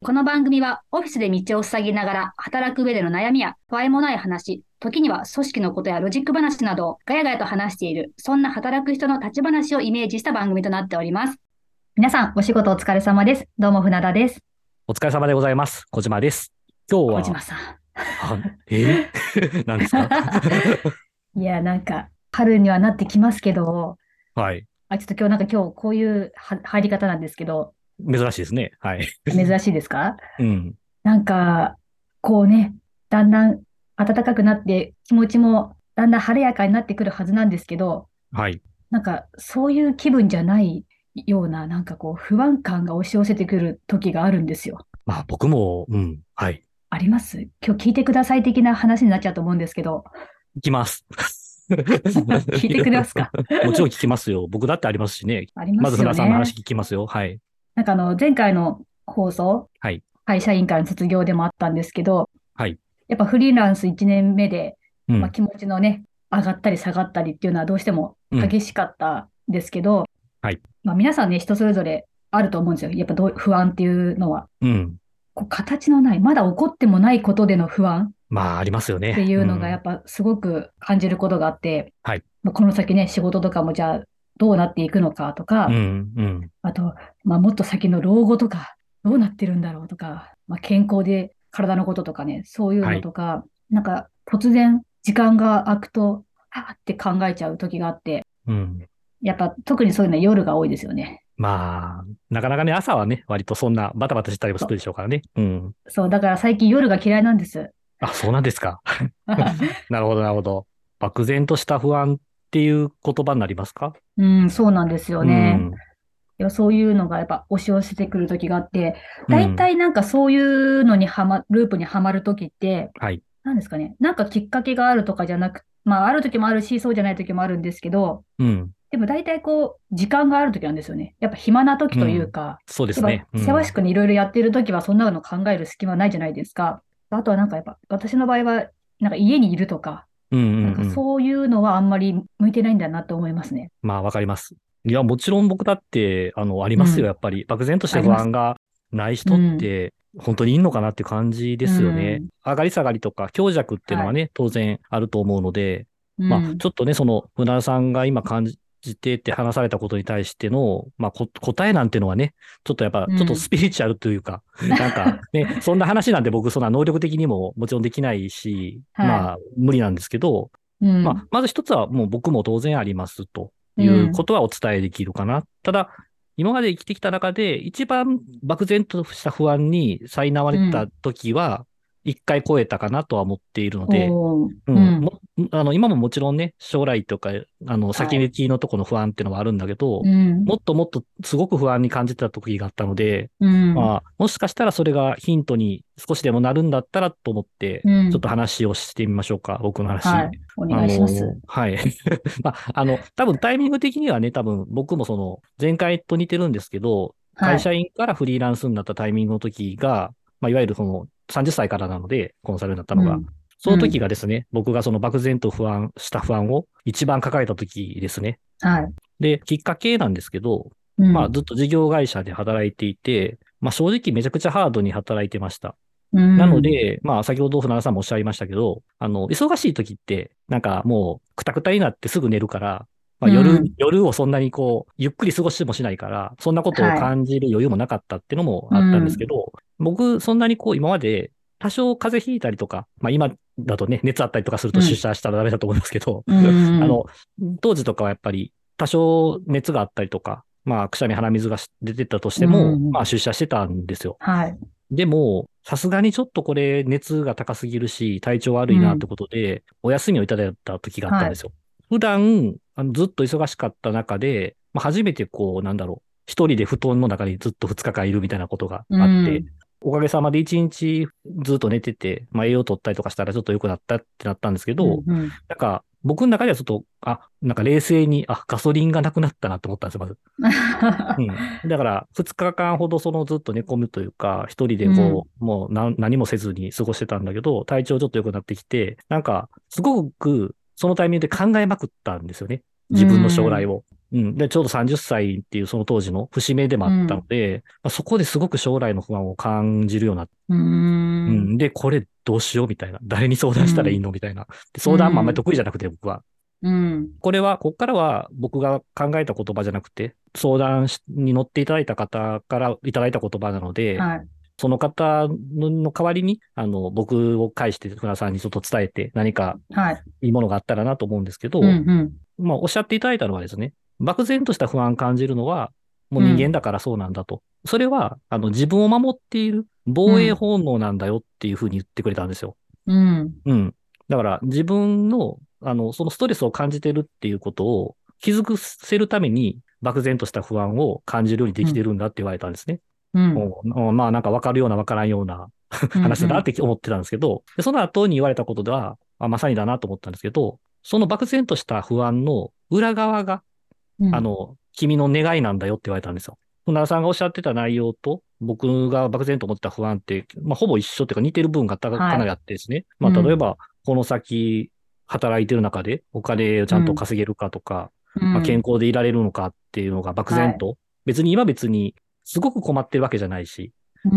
この番組はオフィスで道を塞ぎながら働く上での悩みや不安もない話、時には組織のことやロジック話などをガヤガヤと話している、そんな働く人の立ち話をイメージした番組となっております。皆さん、お仕事お疲れ様です。どうも船田です。 お疲れ様でございます。小島です。今日は、 小島さん。 は、何ですか？ いや、春にはなってきますけど、 はい。 ちょっと今日こういう入り方なんですけど、 珍しいですね。はい。 珍しいですか？ うん。 なんか、こうね、だんだん暖かくなって気持ちもだんだん晴れやかになってくるはずなんですけど、 はい。 そういう気分じゃないような、不安感が押し寄せてくる時があるんですよ。 まあ僕も、うん。はい。 あります？今日聞いてください的な話になっちゃうと思うんですけど、 聞きます。 聞いてくれますか？ もちろん聞きますよ。僕だってありますしね。 ありままずすよね。 船さんの話聞きますよ。はい。 前回の放送、 はい。 会社員からの卒業でもあったんですけど、 はい。 やっぱフリーランス1年目で、 うん。 気持ちのね、上がったり下がったりっていうのはどうしてもうん。 激しかったんですけど、 はい。 皆さんね、人それぞれあると思うんですよ。やっぱ不安っていうのは。 うん。 こう形のない、まだ起こってもないことでの不安っまあ、ありますよね。 ていうのがやうん。 っぱすごく感じることがあって、 はい。 この先ね、仕事とかもじゃあどうなっていくのかとか、 うん。うん。 あと、もっと先の老後とか、どうなってるんだろうとか、健康で体のこととかね、そういうはい。 のとか、突然時間が空くと、はーって考えちゃう時があって、 うん。 やっぱ特にそういうのは夜が多いですよね。 まあ、なかなかね、朝はね、割とそんなバタバタしたりもすそるでしょうからね。うん。 そう、だから最近夜が嫌いなんです。 あ、そうなんですか。なるほど、なるほど。漠然とした不安っていう言葉になりますか？ うん、そうなんですようね。 ん、 いや、そういうのがやっぱ押し寄せてくる時があって、大うん、 体そういうのにループにはまる時って、 はい、 なんですかね、きっかけがあるとかじゃなく、ある時もあるし、そうじゃない時もあるんですけど、 うん、 でも大体時間がある時なんですよね。やっぱ暇な時といううん。 か、やっぱ、 そうですね。うせわしん、 くにいろいろやってる時は、そんなの考える隙間ないじゃないですか。あとはやっぱ、私の場合は、家にいるとか、 うん、うん、うん。 そういうのはあんまり向いてないんだなと思いますね。 まあ、わかります。いや、もちろん僕だって、ありますよ、 うん。 やっぱり。漠然としてあります。 不安がない人っうん。 て、本当にいいのかなっていう感じでうすよね。 ん。 上がり下がりとか強弱っていうのはい。 はね、当然あると思うので、まあ、 うん。 ちょっとね、船田さんが今感じてって話されたことに対しての、まあ、答えなんていうのはね、ちょっとやっぱ、ちょっとうん。 スピリチュアルというか、なんかね、そんな話なんて僕、そんな能力的にももちろんできないし、 はい。 まあ、無理なんですけど、まあ、 うん。 まず一つはもう僕も当然ありますというこうん。 とはお伝えできるかな。ただ、今まで生きてきた中で一番漠然とした不安に苛まれたうん。 時は、一回超えたかなとは思っているので、 おー。 うん、 うん。 今ももちろんね、将来とか、先はい。 行きのとこの不安っていうのはあるんだけど、 うん。 もっともっとすごく不安に感じてた時があったので、 うん。 まあ、もしかしたらそれがヒントに少しでもなるんだったらと思って、ちょっとうん。 話をしてみましょうか、僕の話。 はい。お願いします。 はい。まあ、多分タイミング的にはね、多分僕も前回と似てるんですけど、 はい。 会社員からフリーランスになったタイミングの時が、まあ、いわゆる30歳からなので、コンサルになったのが。 うん。 その時うん。 がですね、僕がその漠然とした不安を一番抱えた時ですね。 はい。 で、きっかけなんですけど、まあ、 うん。 ずっと事業会社で働いていて、まあ、正直めちゃくちゃハードに働いてました。 うなのん。 で、まあ、先ほど船田さんもおっしゃいましたけど、忙しい時って、なんかもう、くたくたになってすぐ寝るから、まあ、 うん。 夜をそんなにゆっくり過ごしてもしないから、そんなことをはい。 感じる余裕もなかったっていうのもうあったんですけん。 ど、僕、そんなに今まで、多少風邪ひいたりとか、まあ今だとね、熱あったりとかすると出うん。 社したらダメだと思いますけど、 うあん。 の、当時とかはやっぱり、多少熱があったりとか、まあ、くしゃみ、鼻水が出てたとしうても、まん。 あ、出社してたんですよ。 はい。 でも、さすがにちょっとこれ熱が高すぎるし、体調悪いなってうん。 ことで、お休みをいただいた時があったんはい。 ですよ。普段、ずっと忙しかった中で、まあ、初めてなんだろう、一人で布団の中にずっと2日間いるみたいなことがうあって、 ん。 おかげさまで1日ずっと寝てて、まあ、栄養取ったりとかしたらちょっと良くなったってなったんですけど、 うん。うん。 なんか、僕の中ではちょっと、なんか冷静に、ガソリンがなくなったなと思ったんですよ、まず。うん。だから、2日間ほどずっと寝込むというか、一人でうん。 もう何もせずに過ごしてたんだけど、体調ちょっと良くなってきて、なんか、すごく、そのタイミングで考えまくったんですよね。 う自分の将来ん。 を。 うん。で、ちょうど30歳っていうその当時の節目でもあったので、まあ、そこですごく将来の不安を感じるような。 うーん。 うん。で、これどうしようみたいな。誰に相談したらいいうん。 のみたいな。で、 う相談もあんまりん。 得意じゃなくて、僕は。 うん。 こっからは僕が考えた言葉じゃなくて、に乗っていただいた方からいただいた言葉なので、 はい。 その方の代わりに、僕を介して船さんにちょっと伝えて何かはい。 いいものがあったらなと思うんですけうん。 ど、 うん。 まあ、おっしゃっていただいたのはですね、漠然とした不安を感じるのは、もう人間うん。 だからそうなんだと。それは、自分を守っている防衛うん。 本能なんだよっていうふうに言ってくれたんですよ。 うん。 うん。だから、自分の、そのストレスを感じてるっていうことを気づかせるために、漠然とした不安を感じるようにできてるんだって言われたんですね。 うん。 まあ、なんか分かるような分からんようなうん。 話だなっうん。 て思ってたんですけど、でその後に言われたことでは、まさにだなと思ったんですけど、その漠然とした不安の裏側が、 うん。 君の願いなんだよって言われたんですよ。船田さんがおっしゃってた内容と、僕が漠然と思ってた不安って、まあ、ほぼ一緒っていうか似てる部分がかはい。 なりあってですね。まあ、例えうん。 ば、この先、働いてる中でお金をちゃんとうん。 稼げるかとか、まあ、健うん。 康でいられるのかっていうのが漠はい。 然と、別にすごく困ってるわけじゃないし、 うん。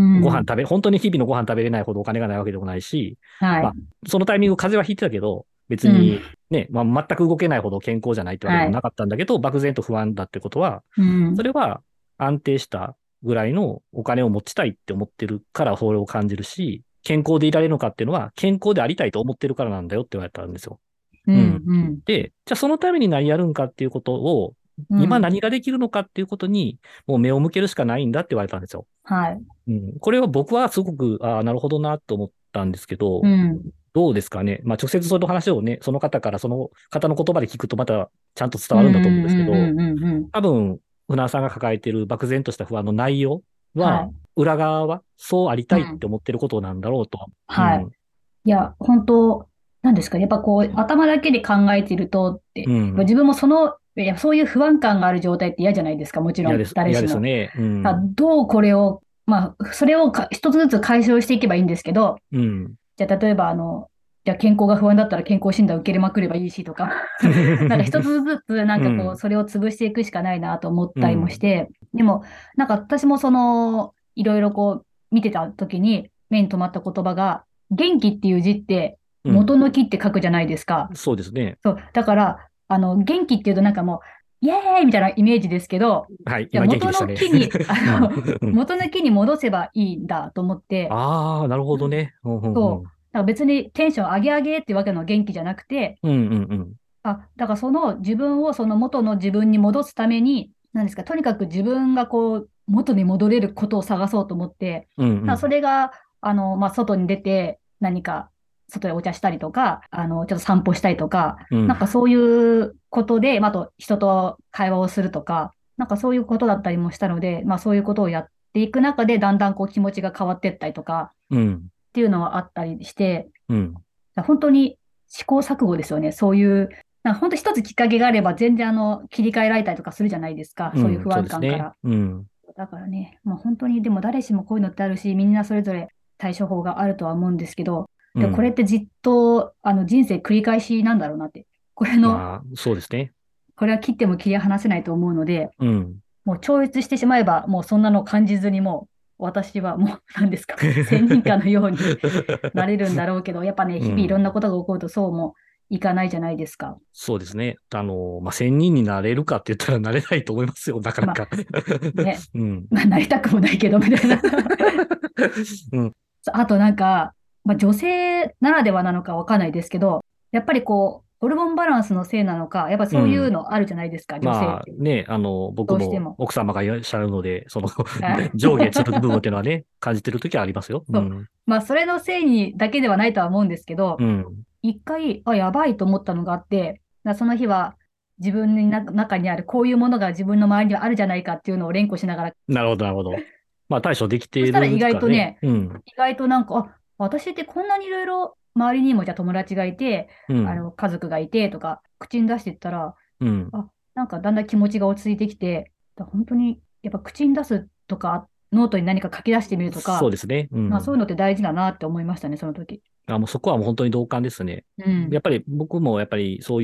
本当に日々のご飯食べれないほどお金がないわけでもないし、まあ、 はい。 そのタイミング風邪はひいてたけど、別うん。 にね、まあ、全く動けないほど健康じゃないってわけではい。 もなかったんだけど、漠然と不安だってことは、 うん。 それは安定したぐらいのお金を持ちたいって思ってるからそれを感じるし、健康でいられるのかっていうのは健康でありたいと思ってるからなんだよって言われたんですよ。 うん。 うん。 うん。 で、じゃあそのために何やるんかっていうことを、今うん。 何ができるのかっていうことに、もう目を向けるしかないんだって言われたんですよ。 はい。 うん。これは僕はすごく、ああ、なるほどなと思ったんですけど、 うん。 どうですかね。まあ、直接その話をね、その方からその方の言葉で聞くとまたちゃんと伝うん。 わるんだと思うんですけうん。 ど、 うん。うん。 多分、船田さんが抱えている漠然とした不安の内容は、 はい。 裏側はそうありたいってうん。 思ってることなんだろうと。うはい。 ん。 いや、本当なんですかね。やっぱこう、頭だけで考えてるとって、 うん。 自分もいや、そういう不安感がある状態って嫌じゃないですか。もちろん、誰嫌しも。 ですね。うん。 どうこれを、まあ、それを一つずつ解消していけばいいんですけど、 うん。 じゃあ、例えば、じゃあ健康が不安だったら健康診断受けまくればいいしとか、なんか一つずつなんかこう、 うん。 それを潰していくしかないなと思ったりもしうん。 て、でも、なんか私もいろいろこう、見てた時に目に留まった言葉が、元気っていう字ってうん。 元の木って書くじゃないですか。 そうですね。 そう。だから、元気っていうとなんかもう、イエーイみたいなイメージですけど、 はい。 じゃあ今元気元でしたね。 の木に、 うん。うん。 元の木に戻せばいいんだと思って、 ああ、なるほどね。うん。うん。うそう。 ん。 だから別にテンション上げ上げっていうわけの元気じゃなくて、 うん。うん。 だからその自分をその元の自分に戻すために、何ですか、とにかく自分がこう、元に戻れることを探そうと思って、 うん。うだからそん。 れが、まあ、外に出て何か、外でお茶したりとか、ちょっと散歩したりとか、 うん。 なんかそういうことで、まあ、あと人と会話をするとか、なんかそういうことだったりもしたので、まあそういうことをやっていく中で、だんだんこう気持ちが変わっていったりとか、 うん。 っていうのはあったりして、 うん。 本当に試行錯誤ですよね。そういう、なんか本当一つきっかけがあれば全然切り替えられたりとかするじゃないですか。そういう不そう安ですね。 感から。 うん。 だからね、まあ本当にでも誰しもこういうのってあるし、みんなそれぞれ対処法があるとは思うんですけど、で、これっうん。 てじっと人生繰り返しなんだろうなって。 まあ、そうですね。 これは切っても切り離せないと思うので、 うん。 もう超越してしまえば、もうそんなの感じずにもう、私はもう何ですか、仙人下のようになれるんだろうけど、やっぱね、日々いろんうん。 なことが起こるとそうもいかないじゃないですか。 そうですね。まあ、仙人になれるかって言ったらなれないと思いますよ。なかなまあか。 ね、 うん。 まあ、なりたくもないけど、みたいな。 うん。 あとなんか、まあ、女性ならではなのかわかんないですけど、やっぱりこう、ホルモンバランスのせいなのか、やっぱそういううん。 のあるじゃないですか、女性って。 まあね、僕もどうしても。 奥様がいらっしゃるので、 はい。 上下する部分っていうのはね、感じてるときはありますよ。うそう。 ん。 まあ、それのせいにだけではないとは思うんですけど、 うん。 一回、やばいと思ったのがあって、その日は自分の中にあるこういうものが自分の周りにはあるじゃないかっていうのを連呼しながら、 なるほど、なるほど。まあ、対処できているそしたら意外からね。 とね、 うん。 意外となんか、私ってこんなにいろいろ周りにもじゃあ友達がいて、 うん。 家族がいてとか、口に出していったら、 うん。 なんかだんだん気持ちが落ち着いてきて、本当にやっぱ口に出すとか、ノートに何か書き出してみるとか、 そうですね。うまあそういん。 うのって大事だなって思いましたね、その時。 もうそこはもう本当に同感ですね。 うん。 やっぱり僕もやっぱりそういう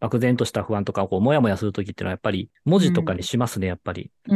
漠然とした不安とか、こう、もやもやするときっていうのは、やっぱり、文字とかにしますね、やっぱり。 うん。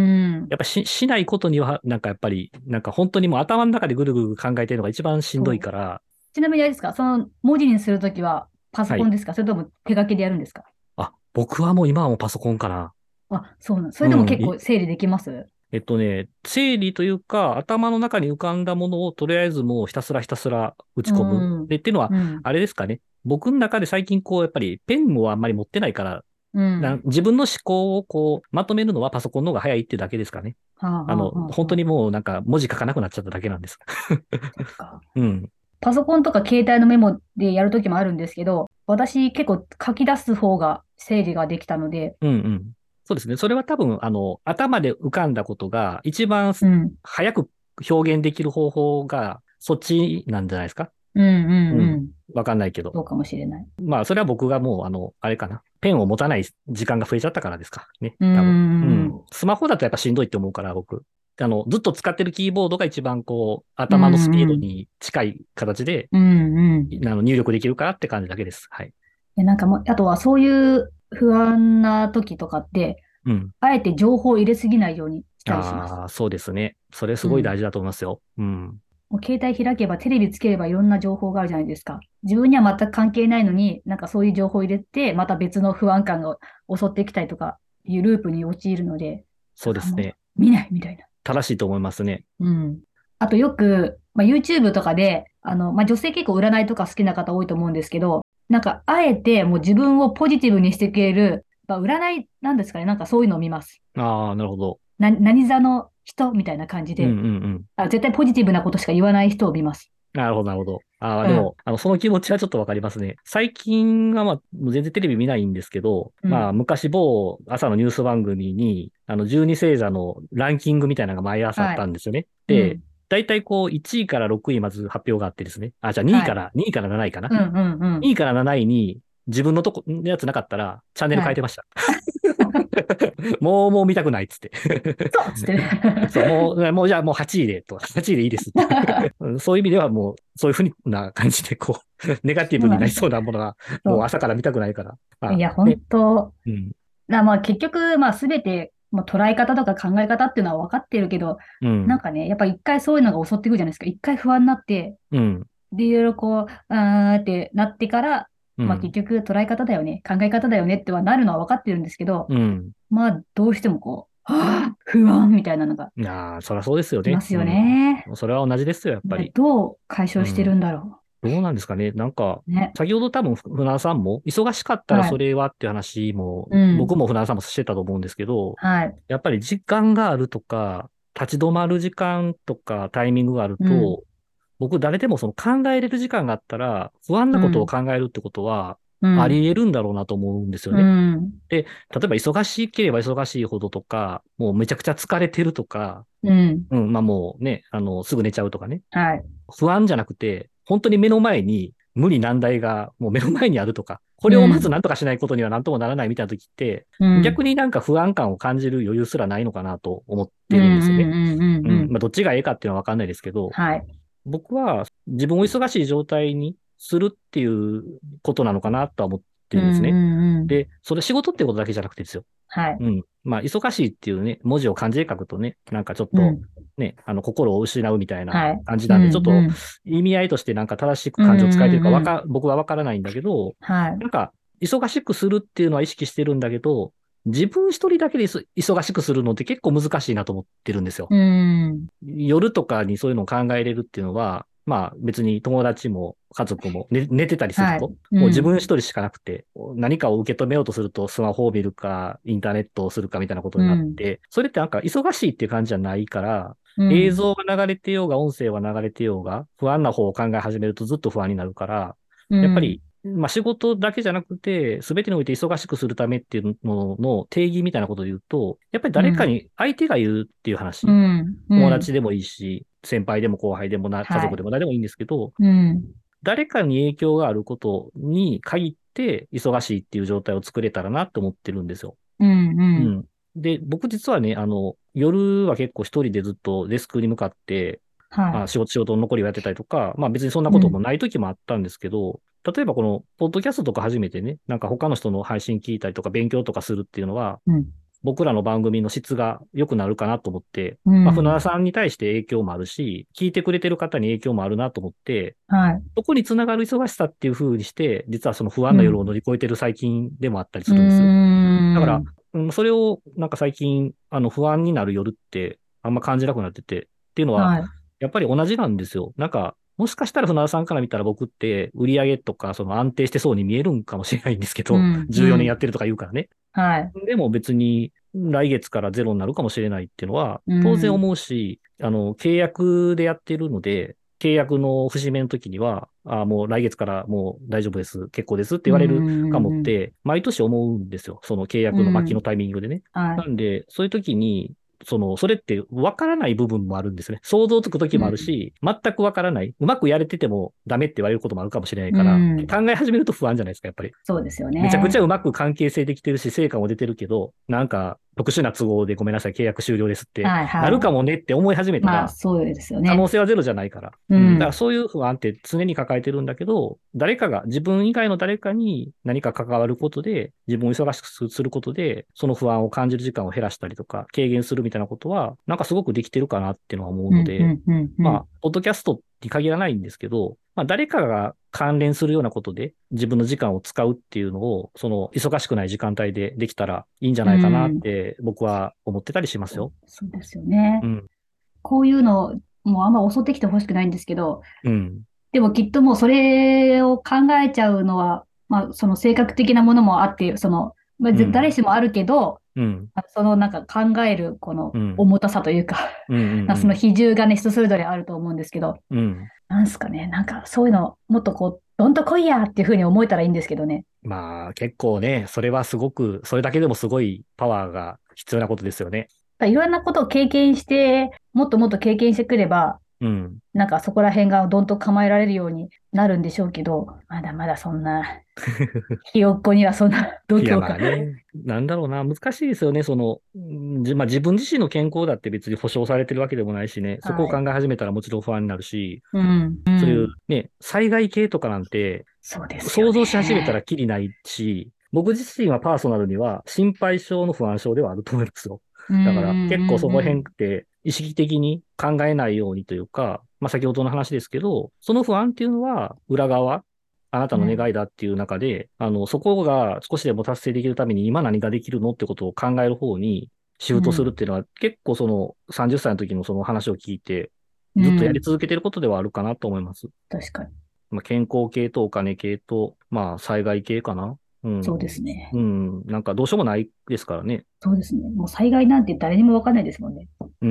やっぱしないことには、なんかやっぱり、なんか本当にもう頭の中でぐるぐる考えてるのが一番しんどいそう。 から、 ちなみにあれですか、その文字にするときはパソはい。 コンですか、それとも手書きでやるんですか？ あ、僕はもう今はもうパソコンかな。 あ、そうなん。それでもうん。 結構整理できます？ 整理というか、頭の中に浮かんだものをとりあえずもうひたすらひたすら打ちう込む。 ん。 で、っていうのは、 うん。 あれですかね。僕の中で最近こう、やっぱりペンをあんまり持ってないから、 うん。 自分の思考をこう、まとめるのはパソコンの方が早いっていうだけですかね。 はあ、はあ、はあ、 本当はあ。 にもうなんか文字書かなくなっちゃっただけなんです。 そっか。 うん。 パソコンとか携帯のメモでやるときもあるんですけど、私結構書き出す方が整理ができたので、 うんうん。そうですね。それは多分、頭で浮かんだことが一番うん。 早く表現できる方法がそっちなんじゃないですか。 うん、うん、 うん。 うん。 わかんないけど。 そうかもしれない。 まあ、それは僕がもう、あれかな。ペンを持たない時間が増えちゃったからですかね。 うー多分。うん。 ん。 スマホだとやっぱしんどいって思うから、僕。ずっと使ってるキーボードが一番こう、 う頭のスピーん、うん。 ドに近い形で、 うん、うん。 入力できるからって感じだけです。はい。 なんかもう、あとはそういう不安な時とかって、 うん。 あえて情報を入れすぎないようにしたりします。 ああ、そうですね。それすうん。 ごい大事だと思いますよ。うん。 もう携帯開けばテレビつければいろんな情報があるじゃないですか。自分には全く関係ないのに、なんかそういう情報を入れて、また別の不安感が襲ってきたりとかいうループに陥るので、だからもそうですね。 う見ないみたいな。 正しいと思いますね。 うん。あとよく、YouTube とかで、女性結構占いとか好きな方多いと思うんですけど、なんかあえてもう自分をポジティブにしてくれる、占いなんですかね、なんかそういうのを見ます。 ああ、なるほど。 何座の人みたいな感じうんうで、 んうん。 絶対ポジティブなことしか言わない人を見ます。 なるほど、なるほど。ああ、 うん。 でも、その気持ちはちょっとわかりますね。最近はまあ、もう全然テレビ見ないんですけど、まあ、 うん。 昔某朝のニュース番組に、12星座のランキングみたいなのが毎朝あっはい。 たんですよね。で、 うん。 大体こう、1位から6位まず発表があってですね。あ、じゃあはい。 2位から7位かな。 うんうんう 2 ん。 位から7位に自分のとこ、やつなかったら、チャンネルはい。 変えてました。もう見たくないっつって。 そうっつってね。 そう、もうじゃあもう8位で、と、8位でいいですってうんそういう意味ではもう、そういうふうな感じで、こう、ネガティブになりそうそうなんですよ。 なものが、もうそ朝から見たくないから。 う。いあ、 や、 ね。 本当うん、 結局、すべて、捉え方とか考え方っていうのは分かってるけど、 うん、 なんかね、やっぱ一回そういうのが襲ってくるじゃないですか。一回不安になって、 うん、 で、いろいろこう、あーってなってから、結うん、 局捉え方だよね、考え方だよねってはなるのは分かってるんですけど、 うん。 どうしてもこう、不安みたいなのがいやー、そりゃそうですよね。 きますようん。 ね。 それは同じですよ、やっぱね、 り。 どう解消してるうん。 んだろどうなんですかね。なんか、 う。ね。 先ほど多分、船田さんも、忙しかったらはい。 それはっていう話も、 うん。 僕も船田さんもしてたと思うんですけど、 はい。 やっぱり時間があるとか、立ち止まる時間とかタイミングがあるうん。 と、僕誰でもその考えれる時間があったら、不安なことをうん。 考えるってことは、ありうん。 得るんだろうなと思うんですようね。 ん。 で、例えば忙しければ忙しいほどとか、もうめちゃくちゃ疲れてるとか、 うん。 うん、まあもうね、すぐ寝ちゃうとかね。 はい。 不安じゃなくて、本当に目の前に無理難題がもう目の前にあるとか、これをまずうん。 何とかしないことには何ともならないみたいな時って、 うん。 逆になんか不安感を感じる余裕すらないのかなと思っうん。 てるんですよね。 うん。うん。 うん。 うん。 まあどっちがええかっていうのはわかんないですけど、 はい。 僕は自分を忙しい状態にするっていうことなのかなとは思ってうん。 るんですね。 うん。うん。 で、それ仕事ってことだけじゃなくてですよ。 はい。 うん。まあ、忙しいっていうね、文字を漢字で書くとね、なんかちょっと、 うん。 ね、心を失うみたいなはい。 感じなんで、ちょっうん。 とうん。 意味合いとしてなんか正しくうん。 漢字を使えてるかうん。 僕はわからないんだけど、 はい。 なんか、忙しくするっていうのは意識してるんだけど、自分一人だけで忙しくするのって結構難しいなと思ってるんですよ。 うん。 夜とかにそういうのを考えれるっていうのは、まあ別に友達も家族も寝てたりするはい。 と、もう自うん。 分一人しかなくて、何かを受け止めようとするとスマホを見るか、インターネットをするかみたいなことになっうん。 て、それってなんか忙しいっていう感じじゃないから、 うん。 映像が流れてようが音声は流れてようが、不安な方を考え始めるとずっと不安になるから、 うん。 やっぱり、まあ仕事だけじゃなくて、すべてにおいて忙しくするためっていうのの定義みたいなことを言うと、やっぱり誰かうん。 に相手がいるっていうう話。 ん。うん。 友達でもいいし、先輩でも後輩でも家はい。 族でも誰でもいいんですけど、 うん。 誰かに影響があることに限って忙しいっていう状態を作れたらなって思ってるんですよ。 うん。うん。 うん。で、僕実はね、夜は結構一人でずっとデスクに向かって、 はい。 仕事の残りをやってたりとか、まあ別にそんなこともない時もあったんですけど、例えばこの、ポッドキャストとか初めてね、なんか他の人の配信聞いたりとか勉強とかするっていうのは、 うん。 僕らの番組の質が良くなるかなと思って、 うまあ、船田ん。 さんに対して影響もあるし、聞いてくれてる方に影響もあるなと思って、 はい。 そこにつながる忙しさっていう風にして、実はその不安うん。 な夜を乗り越えてる最近でもあったりうーするんです。だから、 ん。 それをなんか最近、不安になる夜ってあんま感じなくなってて、っていうのは、 はい。 やっぱり同じなんですよ。なんか、もしかしたら船田さんから見たら僕って売り上げとかその安定してそうに見えるんかもしれないんですけど、 うん。う 14年やん。 ってるとか言うからね。 はい。 でも別に来月からゼロになるかもしれないっていうのはう当然ん。 思うし、契約でやってるので、契約の節目の時には、もう来月からもう大丈夫です、結構ですってう言われるかもっん。 て、毎年思うんですよ。その契うん。 約の末期のタイミングでね。 はい。 なんで、そういう時に、それって分からない部分もあるんですね。想像つく時うん。 もあるし、全く分からない。うまくやれててもダメって言われることもあるかもしれないうから、 ん。 考え始めると不安じゃないですか、やっぱり。 そうですよめちゃくちゃね。 うまく関係性できてるし、成果も出てるけど、なんか特殊な都合でごめんなさい、契約終了ですってはい。 なるはい。 かもねって思い始めたまあ、 ら、 そうですよ可能ね。 性はゼロじゃないから。うん。だからうん。 そういう不安って常に抱えてるんだけど、誰かが、自分以外の誰かに何か関わることで、自分を忙しくすることで、その不安を感じる時間を減らしたりとか、軽減するみたいなことは、なんかすごくできてるかなっていうのは思ううん。うので、 ん。うん。うん。 まあ、ポッドキャストに限らないんですけど、まあ、誰かが関連するようなことで自分の時間を使うっていうのを、その忙しくない時間帯でできたらいいんじゃうないかなっん。 て僕は思ってたりしますよ。 そうですよね。 うん。 こういうの、もうあんま襲ってきてほしくないんですけど、 うん。 でもきっともうそれを考えちゃうのは、まあ、その性格的なものもあって、まあ、誰うん。 しもあるけど、 うん。 そのなんか考えるこのうん。 重たさというかうん。うなんかそのん。 比重がね、人それぞれあると思うんですけど、 うん。 なんすかね、なんかそういうの、もっとこう、どんと来いやっていうふうに思えたらいいんですけどね。 まあ、結構ね、それはすごく、それだけでもすごいパワーが必要なことですよね。 いろんなことを経験して、もっともっと経験してくれば、 うん。 なんかそこら辺がどんと構えられるようになるんでしょうけど、まだまだそんな、ひよっこにはそんな度いや、 胸が。 まあね、なんだろうな、難しいですよね。まあ自分自身の健康だって別に保証されてるわけでもないしね、そこを考はい。 え始めたらもちろん不安になるし、 うん、うそういうん。 ね、災害系とかなんてそうですよ想像し始めたらね。 きりないし、僕自身はパーソナルには心配性の不安症ではあると思いますよ。 うん、うだから結構ん、 その辺っうん、 て意識的に考えないようにというか、まあ先ほどの話ですけど、その不安っていうのは裏側、あなたうん。 の願いだっていう中で、そこが少しでも達成できるために今何ができるのってことを考える方にシフトするうん、 っていうのは結構その30歳の時のその話を聞いてずっとやりうん。 続けてることではあるかなと思います。 確かに。 まあ、健康系とお金系と、まあ、災害系かな。うそうでん。 すね。 うん。なんかどうしようもないですからね。 そうですね。もう災害なんて誰にもわかんないですもんね。 うん。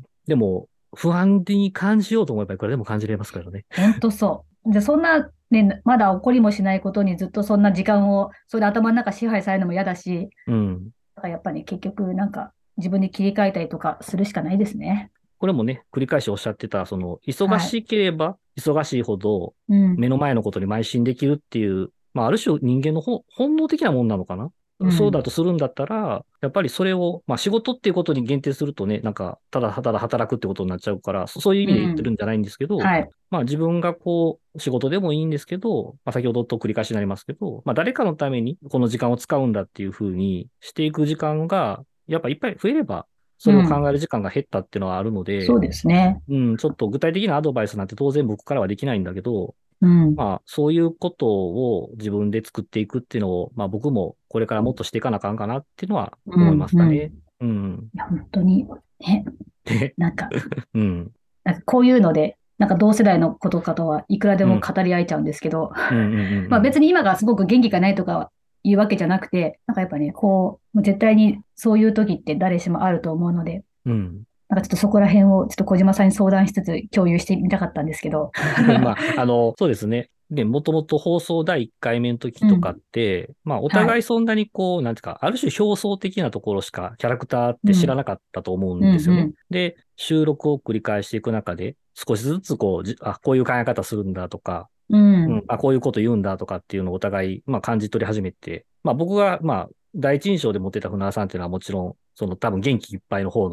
でも、不安に感じようと思えばいくらでも感じれますからね。 本当そう。で、そんな、ね、まだ起こりもしないことにずっとそんな時間を、それで頭の中支配されるのも嫌だし、 うん。 だからやっぱり結局なんか自分で切り替えたりとかするしかないですね。 これもね、繰り返しおっしゃってた、忙はい。 しければ忙しいほど、 うん。 目の前のことに邁進できるっていう、まあ、ある種人間の本能的なもんなのかな。そうだうん。 とするんだったら、やっぱりそれを、まあ仕事っていうことに限定するとね、なんか、ただ働くってことになっちゃうから、そういう意味で言ってうん。 るんじゃないんですけど、 はい。 まあ自分がこう、仕事でもいいんですけど、まあ先ほどと繰り返しになりますけど、まあ誰かのためにこの時間を使うんだっていうふうにしていく時間が、やっぱいっぱい増えれば、それをうん。 考える時間が減ったっていうのはあるので、 そうですね。 うん、ちょっと具体的なアドバイスなんて当然僕からはできないんだけど、 うん。 まあ、そういうことを自分で作っていくっていうのを、まあ僕もこれからもっとしていかなあかんかなっていうのは思いうん。うん。いましたね。うん。 や、本当に、ね、 で、 なんか、 うん。 なんかこういうので、なんか同世代のことかとはいくらでうん。 も語り合えちゃうんですけど、 うん。うん。 まあうん。 別に今がすごく元気がないとかいうわけじゃなくて、なんかやっぱね、こう、もう絶対にそういう時って誰しもあると思うので、 うん。 なんかちょっとそこら辺をちょっと小島さんに相談しつつ共有してみたかったんですけど。 まあ、そうですね。で、もともと放送第1回目の時とかっうん。 て、まあ、おはい。 互いそんなにこう、なんていうか、ある種表層的なところしかキャラクターって知らうん。 なかったと思ううん。 んですよね。 うん。 で、収録を繰り返していく中で、少しずつこう、こういう考え方するんだとか、 ううん、 ん。 こういうこと言うんだとかっていうのをお互い、まあ、感じ取り始めて、まあ、僕が、まあ、第一印象で持ってた船田さんっていうのはもちろん、その多分元気いっぱいの方の、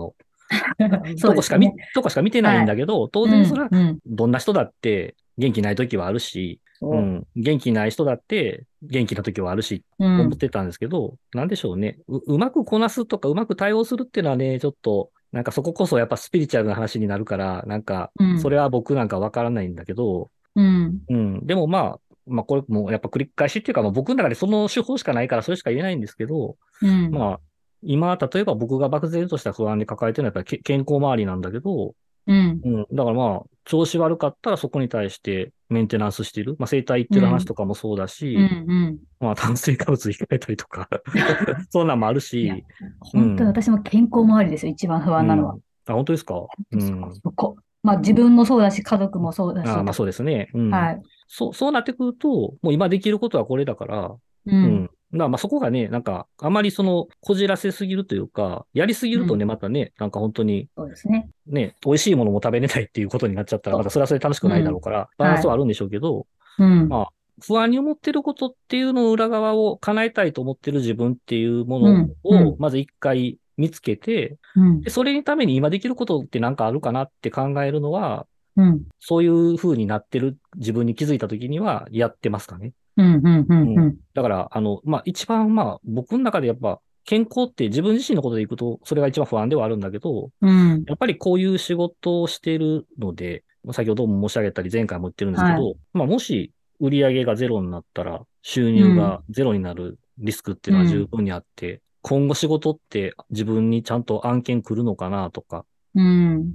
そうですね。 とこしか見てないはい。 んだけど、当うん、 然それはうん。 どんな人だって元気ない時はあるし、うそん、元気ない人だって元気な時はあるし、 う。うん、 思ってたんですけど、なんでしょうね。うまくこなすとかうまく対応するっていうのはね、ちょっと、なんかそここそやっぱスピリチュアルな話になるから、なんか、 うん、 それは僕なんかわからないんだけど、 うん、 うん、でもこれもやっぱ繰り返しっていうか、僕の中でその手法しかないからそれしか言えないんですけど、 うん、 まあ、今、例えば僕が漠然とした不安で抱えてるのはやっぱり健康周りなんだけど、 うん、 うん。だから調子悪かったらそこに対してメンテナンスしてる。整体行ってる話うん、 とかもそうだうん、 し、 うん。 炭水化物控えたりとかそんなんもあるいや、 し、う本当にん。 私も健康周りですよ、一番不安なのは。 うん。あ、本当ですか？うそこ、 ん。 そこ。まあ自分もそうだし、家族もそうだし、 そうですね。うん。 はい。 そうなってくると、もう今できることはこれだから、うん。 うん、 そこがね、なんか、あまりこじらせすぎるというか、やりすぎるとね、 うん。 またね、なんか本当に、 そうですね。 ね、美味しいものも食べれないっていうことになっちゃったら、またそそれはそれで楽しくう。うん。 ないだろうから、バランはい。 スはあるんでしょうけど、 うん、 まあ、不安に思ってることっていうのの裏側を叶えたいと思ってる自分っていうものうん、うを、 ん、 まず一回見つけて、 うん、 で、それにために今できることって何かあるかなって考えるのは、 うん、 そういう風になってる自分に気づいたときにはやってますかね。 うん、うん、うん、 うん。 うん。 だから、一番僕の中でやっぱ、健康って自分自身のことでいくと、それが一番不安ではあるんだけど、 うん。 やっぱりこういう仕事をしているので、先ほども申し上げたり、前回も言ってるんですけはい。 ど、もし売り上げがゼロになったら、収うん、 入がゼロになるリスクっていうのは十うん、 分にあって、今後仕事って自分にちゃんと案件来るのかなとか、 うん、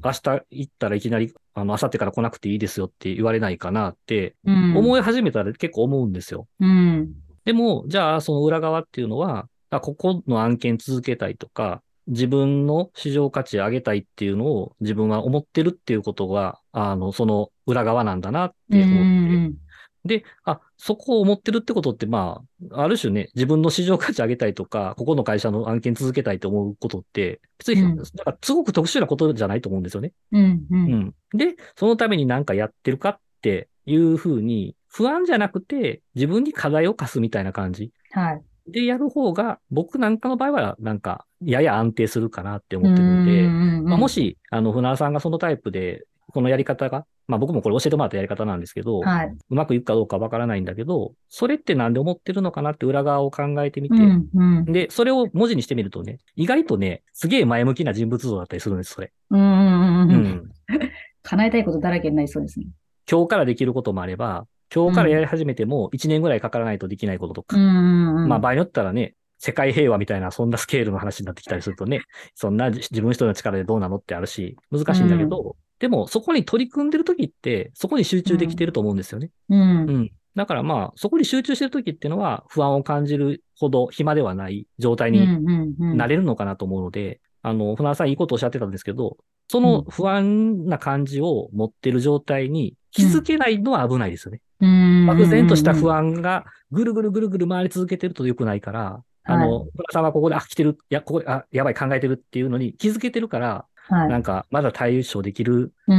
明日行ったらいきなり、明後日から来なくていいですよって言われないかなってうん、 思い始めたら結構思うんですよ。 うん、 でも、じゃあその裏側っていうのは、ここの案件続けたいとか、自分の市場価値上げたいっていうのを自分は思ってるっていうことが、その裏側なんだなっうん、 て思って。 うん、 で、そこを思ってるってことって、ある種ね、自分の市場価値上げたいとか、ここの会社の案件続けたいと思うことって、別に、 うん、 なんかすごく特殊なことじゃないと思うんですよね。 うん、うん。 うん。で、そのために何かやってるかっていうふうに、不安じゃなくて、自分に課題を課すみたいな感じはい。 でやる方が、僕なんかの場合は、なんか、やや安定するかなってう思ってるんで、 ん、うん、うん。 もし、船田さんがそのタイプで、このやり方が、僕もこれ教えてもらったやり方なんですけど、 はい。 うまくいくかどうかわからないんだけど、それってなんで思ってるのかなって裏側を考えてみて、 うん、うん、 で、それを文字にしてみるとね、意外とね、すげえ前向きな人物像だったりするんです、それ。 うん、うん、うん。うん。 うん。 叶えたいことだらけになりそうですね。 今日からできることもあれば、今日からやうん、 り始めても1年ぐらいかからないとできないこととうか。 ん、うん、 場合によったらね、世界平和みたいな、そんなスケールの話になってきたりするとね、そんな自分一人の力でどうなのってあるし、難しいんだけうん、 ど、でもそこに取り組んでる時って、そこに集うん、 中できてると思うんですよね。 うん、 うん。だからそこに集中してる時っていうのは、不安を感じるほど暇ではない状態にうん、うん、うん、 なれるのかなと思うので、船田さんいいことをおっしゃってたんですけど、そうん、 の不安な感じを持ってる状態に気づうん、 けないのは危ないですよね。 うん、 漠然としたうん。 不安がぐるぐるぐるぐる回り続けてると良くないから、 はい、 村さんはここで、来てる、ここで、やばい、考えてるっていうのに気づけてるから、 はい。 なんか、まだ対処できるうん、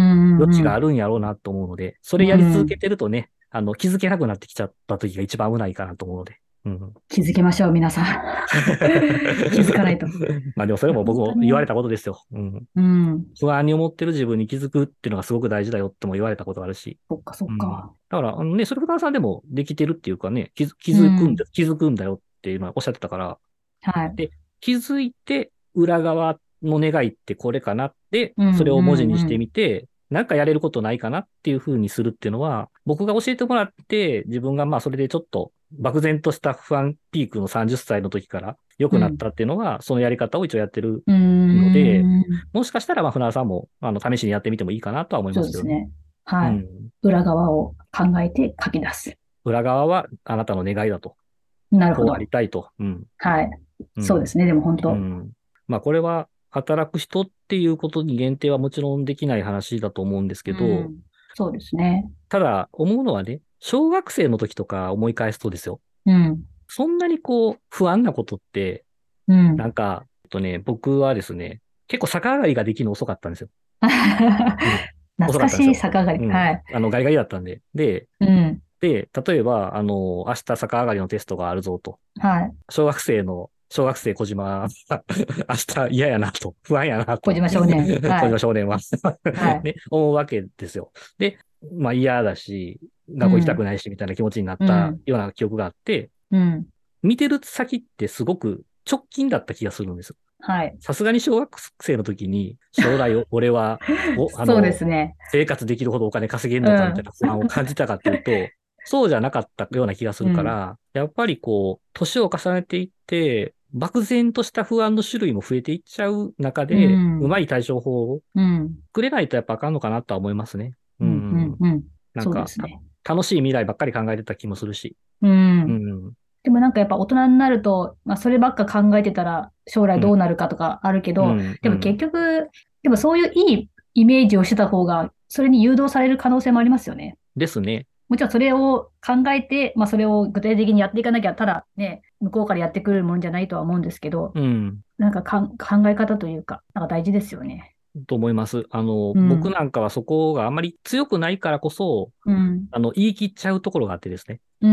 余地うん、 があるんやろうなと思うので、そうれやり続けん。 てるとね、気づけなくなってきちゃった時が一番危ないかなと思うので。うん。 気づけましょう、皆さん。気づかないと。いでもそれや、 も僕本当に。 も言われたことですよ。うん。 うん。 不安に思ってる自分に気づくっていうのがすごく大事だよっても言われたことがあるし。 そっか、そうん。 っか。 だから、それふさんでもできてるっていうかね、 うん。 気づくんだよっていうのはおっしゃってたから、 はい。 で、気づいて、裏側の願いってこれかなって、 うん、 それを文字にしてうん、 みて、なんかやれることないかなっていう風にするっていうのは、僕が教えてもらって、自分がそれでちょっと漠然とした不安ピークの30歳の時から良うん。 くなったっていうのは、そのやり方を一応やってるうので、 ん。 もしかしたら、船田さんも、試しにやってみてもいいかなとは思いますけどね。 そうですね。はい。 うん。 裏側を考えて書き出す。 裏側はあなたの願いだと。こうありなるほど。 たいと。うん。 はい。 うん。 そうですね。でも本当。 うん。これは、働く人っていうことに限定はもちろんできない話だと思うんですけうど、 ん。そうですね。 ただ、思うのはね、小学生の時とか思い返すとですよ。 うん。 そんなに不安なことって、 うん。 なんか、僕はですね、結構逆上がりができるの遅かったんですよ。うん。 懐かしい遅かったんですよ。 逆上がり。 うん。 はい。 ガリガリだったんで。 うん。 例えば、明日逆上がりのテストがあるぞと。 はい。 小学生の小学生小島、明日嫌やなと、不安やなと。 小島少年。 小はい。 島少年ははい。 ね、思うわけですよ。で、まあ嫌だし、学校行きたうん。 くないし、みたいな気持ちになっうん。 たような記憶があって、 うん。 見てる先ってすごく直近だった気がするんですよ。 はい。 さすがに小学生の時に、将来を俺は、 そうですね。 生活できるほどお金稼げんのかみたいうん。 な不安を感じたかっていうと、そうじゃなかったような気がすうん。 るから、やっぱりこう、年を重ねていって、漠然とした不安の種類も増えていっちゃう中うで、うん。 まい対処法をうん。 作れないとやっぱあかんのかなとは思いますね。ううん。うん。 ん。 うん。そうでなんか、 すね。 楽しい未来ばっかり考えてた気もするし。 うん。 うん。 でもなんかやっぱ大人になると、まあそればっか考えてたら将来うん。 どうなるかとかあるけど、 うん。 でも結うん。 局、でもそういういいイメージをしてた方が、それに誘導される可能性もありますよね。 ですね。 もちろんそれを考えて、まあそれを具体的にやっていかなきゃ、ただね、向こうからやってくるもんじゃないとは思うんですけど、 うん。 考え方というか、なんか大事ですよね。 と思います。僕うん。 なんかはそこがあんまり強くないからこそ、 うん。 言い切っちゃうところがあってですね。 うん。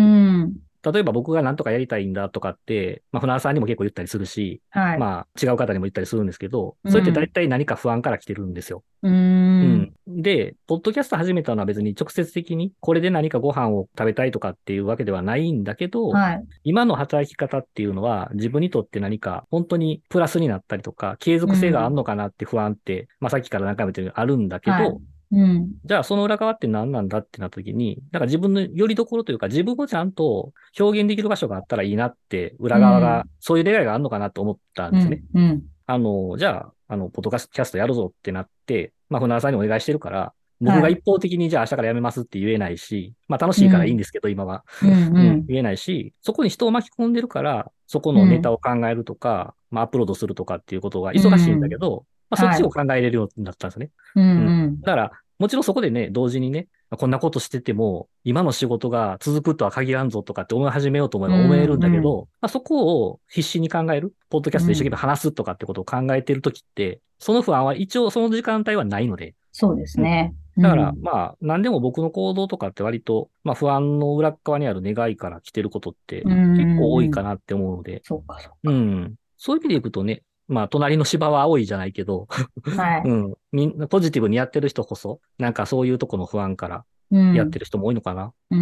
例えば僕が何とかやりたいんだとかって、まあ、船田さんにも結構言ったりするし、 はい。 まあ、違う方にも言ったりするんですけど、それって大うん。 体何か不安から来てるんですよ。 ううん。 ん。で、ポッドキャスト始めたのは別に直接的にこれで何かご飯を食べたいとかっていうわけではないんだけど、 はい。 今の働き方っていうのは自分にとって何か本当にプラスになったりとか、継う続性があるん。 のかなって不安って、まあさっきから何回も言ってるようにあるんだけはい。 ど、 うん。 じゃあその裏側って何なんだってなった時に、なんか自分の拠り所というか自分をちゃんと表現できる場所があったらいいなって、裏側が、 うん。 そういう出会いがあるのかなと思ったんですね。 うん。うん。 じゃあ、ポッドキャストやるぞってなって、まあ、船田さんにお願いしてるから、僕はい。 が一方的にじゃあ明日からやめますって言えないし、まあ楽しいからいいんうん。 ですけど、今は。 うん。 うん、 うん。 言えないし、そこに人を巻き込んでるから、そこうん。 のネタを考えるとか、まあアップロードするとかっていうことがう忙しいんだけん。 ど、まあそっはい。 ちを考えれるようになったんですね。 ううん。 ん。 だから、もちろんそこでね、同時にね、こんなことしてても、今の仕事が続くとは限らんぞとかって思い始めようと思えうん。 ば思えるんうん。 だけど、まあ、そこを必死に考える、ポッドキャストで一生懸命うん。 話すとかってことを考えてるときって、その不安は一応その時間帯はないので、 そうですうん。 ね。うだから、 ん。 まあ、何でも僕の行動とかって割と、まあ不安の裏側にある願いから来てることってう結構多ん。うん。 いかなって思うので、 そうか、そうか。 うん。そういう意味でいくとね、まあ、隣の芝は青いじゃないけど、 はい。 うん。みんなポジティブにやってる人こそ、なんかそういうとこの不安からうん。 やってる人も多いのかな。 うん。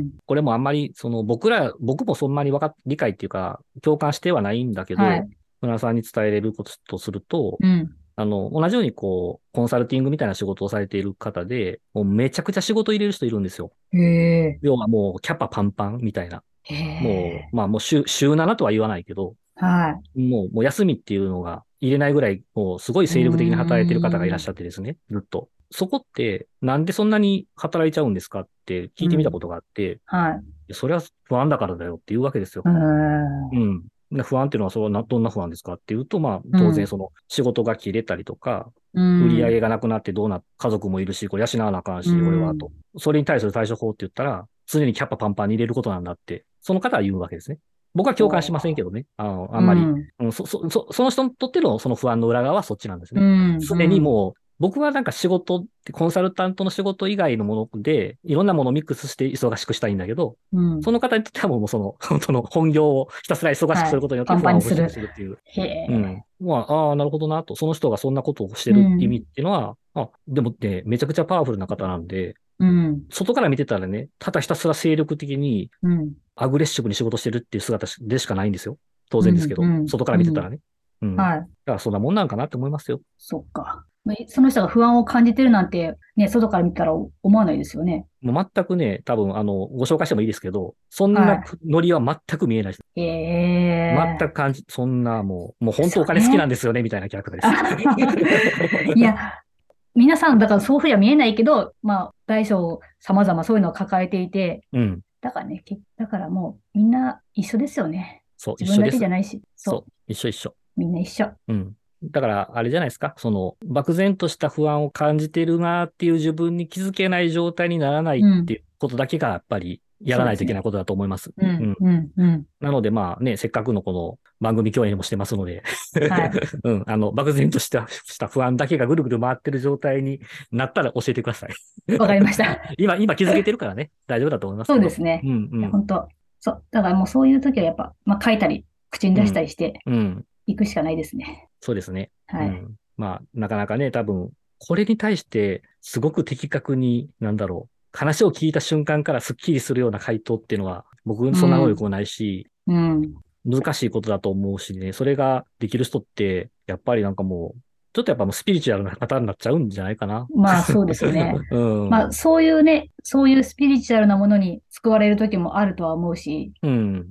これもあんまり、僕もそんなに理解っていうか、共感してはないんだけど、 はい。 村田さんに伝えれることとすると、 うん。 同じようにこう、コンサルティングみたいな仕事をされている方で、もうめちゃくちゃ仕事入れる人いるんですよ。 へえ。 要はもうキャパパンパンみたいな。 へもう、 え。 まあもう週7とは言わないけど、 はもう休みっていうのが入れないぐらい、もうすごいい。うー精力的に働いてる方がいらっしん。 ゃってですね、ずっと。そこって、なんでそんなに働いちゃうんですかって聞いてみたうん。 ことがあって、 はい。 それは不安だからだよっていうわけですよ。 うーん。 うん。で不安っていうのは、それはどんな不安ですかっていうと、まあ、 うん。 当然その仕事が切れたりとか、 う売り上ん。 げがなくなって家族もいるし、これ養わなあかんうし、俺はん。 と。それに対する対処法って言ったら、常にキャパパンパンに入れることなんだって、その方は言うわけですね。僕は共感しませんけおー。 どね。あうんまり。 ん。 うん、その人にとってのその不安の裏側はそっちなんですね。 うん。う常にん。 もう、僕はなんか仕事って、コンサルタントの仕事以外のもので、いろんなものをミックスして忙しくしたいんだけど、 うん。 その方にとってはもうその、本当の本業をひたすら忙しくはい。 することによってパン不安を払拭パンにする。 するっていう。 へうん。 え。 まあ、ああ、なるほどなと。その人がそんなことをしてうる意味っん。 ていうのは、でもね、めちゃくちゃパワフルな方なんで、 うん。 外から見てたらね、ただひたすら精力的にうん。 アグレッシブに仕事してるっていう姿でしかないんですよ。当うん。 然ですけど。 うん。 外からうん。 見てたらね。うん。だはい。 からそんなもんなんかなって思いますよ。 そっか。まあその人が不安を感じてるなんて、ね、外から見たら思わないですよね。 もう全くね、多分ご紹介してもいいですけど、そんなはノリは全く見えないです。 い。へ全くえ。 そんなもう本当お金好きなそれ。 んですよね、みたいなキャラクターです。 いや、皆さん、だからそういうふうには見えないけど、まあ、大小様々そういうのを抱えていて、 うん。 だからね、だからもうみんな一緒ですよね。 そう、一自分だ緒です。 けじゃないし、そそう、一緒一緒。 う、みんな一緒。 うん。だから、あれじゃないですか。漠然とした不安を感じてるなっていう自分に気づけない状態にならないっうん、 ていうことだけが、やっぱり、やらないとそうですね。 いけないことだと思います。 うん、 うん。 うん、うん。 なので、まあね、せっかくのこの番組共演もしてますのではい。 うん。漠然とした不安だけがぐるぐる回ってる状態になったら教えてください。 わかりました。 今気づけてるからね、大丈夫だと思いますそうけど。 ですね。 うんういや、 ん。 本当そう。だからもうそういう時はやっぱ、まあ、書いたり、 口に出したりしてうん。 いくしかないですね。 そうですね。うはい。 ん。まあ、なかなかね、多分、これに対して、すごく的確に、話を聞いた瞬間からスッキリするような回答っていうのは、僕、そんな能うん。 力もないし、 うん。 難しいことだと思うしね、それができる人って、やっぱりもう、ちょっとやっぱもうスピリチュアルな方になっちゃうんじゃないかな。 まあそうですよね。 うん。 まあそういうね、そういうスピリチュアルなものに救われる時もあるとは思うし、 うん。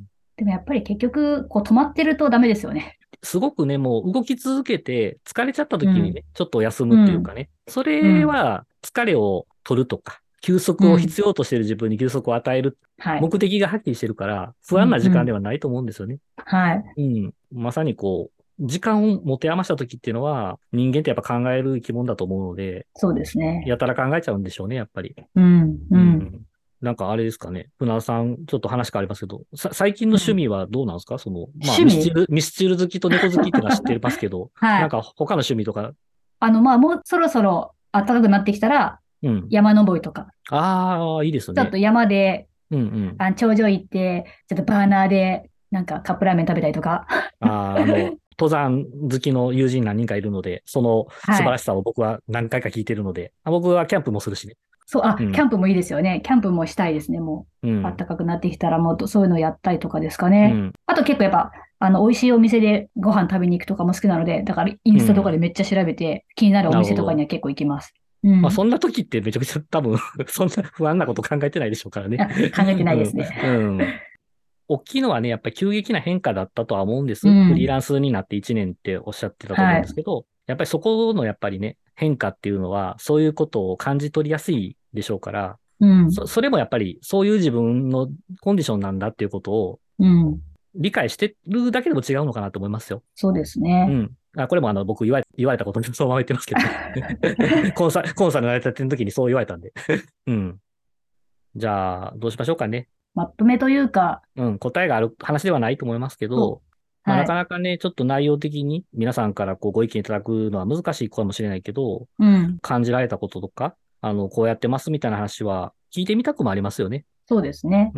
でもやっぱり結局、こう止まってるとダメですよね。 すごくね、もう動き続けて疲れちゃったうん。 時にね、ちょっと休むうん。 っていうかね、そうん。 れは疲れを取るとか、休息をうん。 必要としている自分に休息を与えるはい。 目的がはっきりしてるから、不安なうん。う時間でん。 はないと思うんですよね。 はい。 うん。まさに時間を持て余した時っていうのは、人間ってやっぱ考える生き物だと思うので、 そうですね。 やたら考えちゃうんでしょうね、やっぱり。 うん。うん。 うん。あれですかね。船田さん、ちょっと話変わりますけど、最近のうん。 趣味はどうなんですか？まあ、 趣味。 ミスチル好きと猫好きっていうのは知ってますけど、 はい。 他の趣味とか、 まあ、もうそろそろ暖かくなってきたら、 うん。 山登りとか、 ああ、いいですね。 ちょっと山で、 うんうん。 頂上行って、ちょっとバーナーで、なんかカップラーメン食べたりとか。 登山好きの友人何人かいるので、その素はい。 晴らしさを僕は何回か聞いてるので、僕はキャンプもするしね。 そう、キャうん。 ンプもいいですよね。キャンプもしたいですね、もう。 うん。 暖かくなってきたら、もうそういうのやったりとかですかね。 うん。 あと結構やっぱ、美味しいお店でご飯食べに行くとかも好きなので、だからインスタとかうん。 でめっちゃ調べて、気になるおなるほど。 店とかには結構行きます。うまあ、 ん。 そんな時ってめちゃくちゃ多分そんな不安なこと考えてないでしょうからね。 考えてないうん。 ですね。 うん。大きいのはね、やっぱり急激な変化だったとは思うんでうす。フリーん。 ランスになって1年っておっしゃってたと思うはい。 んですけど、やっぱりそこのやっぱりね、変化っていうのは、そういうことを感じ取りやすいでしょうから、 うん。 それもやっぱりそういう自分のコンディションなんだっていうことをうん。 理解してるだけでも違うのかなと思いますよ。 そうですね。 うん。これも僕言われたことにそのまま言ってますけどね。コンサルのやりたての時にそう言われたんで。うん。じゃあ、どうしましょうかね。 まとめというか、 うん、答えがある話ではないと思いますけそど、 う。 まあ、なはい。 かなかね、ちょっと内容的に皆さんからご意見いただくのは難しいかもしれないけど、 うん。 感じられたこととか、こうやってますみたいな話は聞いてみたくもありますよね。 そうですね。 うん。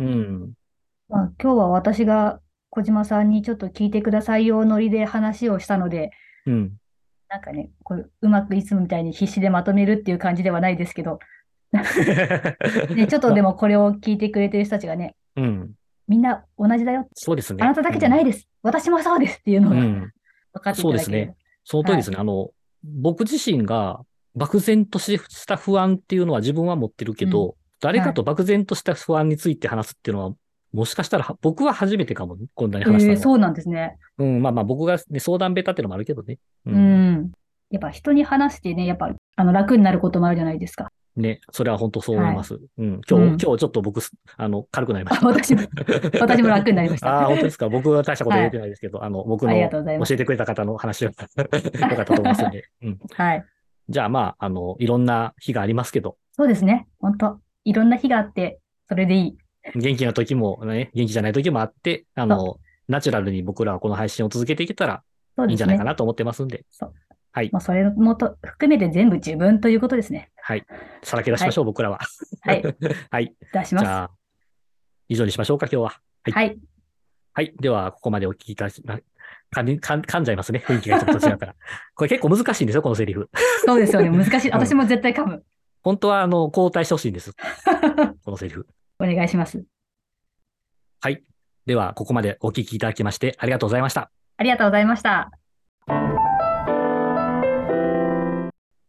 まあ、今日は私が小島さんにちょっと聞いてくださいよノリで話をしたので、 うん。 なんかね、こううまくいつもみたいに必死でまとめるっていう感じではないですけど、ね、ちょっとでま、 もこれを聞いてくれてる人たちがね、 うん。 みんな同じだよ。 そうですね。 あなただけじゃなうん。 いです。私もそうですっていうのがうん。 分かっていそうですね。 ただければ。はい。 その通りですね。僕自身が漠然とした不安っていうのは自分は持ってるけうん。 ど、誰はい。 かと漠然とした不安について話すっていうのは、もしかしたら僕は初めてかもね、こんなに話したのは。 そうなんですね。 うん、まあまあ僕がね、相談ベタっていうのもあるけどね。ううん。 ん。やっぱ人に話してね、やっぱ楽になることもあるじゃないですか。 ね、それは本当そう思いはい。 ます。うん。 うん。 今日ちょっと僕軽くなりまし私も、私も楽になりました。 た。 ああ、本当ですか。僕は大したこと言えてはい。 ないですけど、僕ありがのとうございます。 教えてくれた方の話はよかったと思いますんで。うん。 はい。 じゃあまあ、いろんな日がありますけど、 そうですね。本当いろんな日があって、それでいい。 元気な時もね、元気じゃない時もあって、 そう。 ナチュラルに僕らはこの配信を続けていけたらいいんそうですね。 じゃないかなと思ってますんで。 そう。 はい。 もうそれも含めて全部自分ということですね。 はい。さらけ出しはい。 ましょう、僕らは。 はい。 はい。 出します。 じゃあ、以上にしましょうか、今日は。はい。 はい。 はい。では、ここまでお聞きいただき、噛んじゃいますね。雰囲気がいつもと違うから。これ結構難しいんですよ、このセリフ。 そうですよね。難しい。 うん。 私も絶対噛む。 本当は、交代してほしいんです。このセリフ。 お願いします。 はい。では、ここまでお聞きいただきまして、ありがとうございました。 ありがとうございました。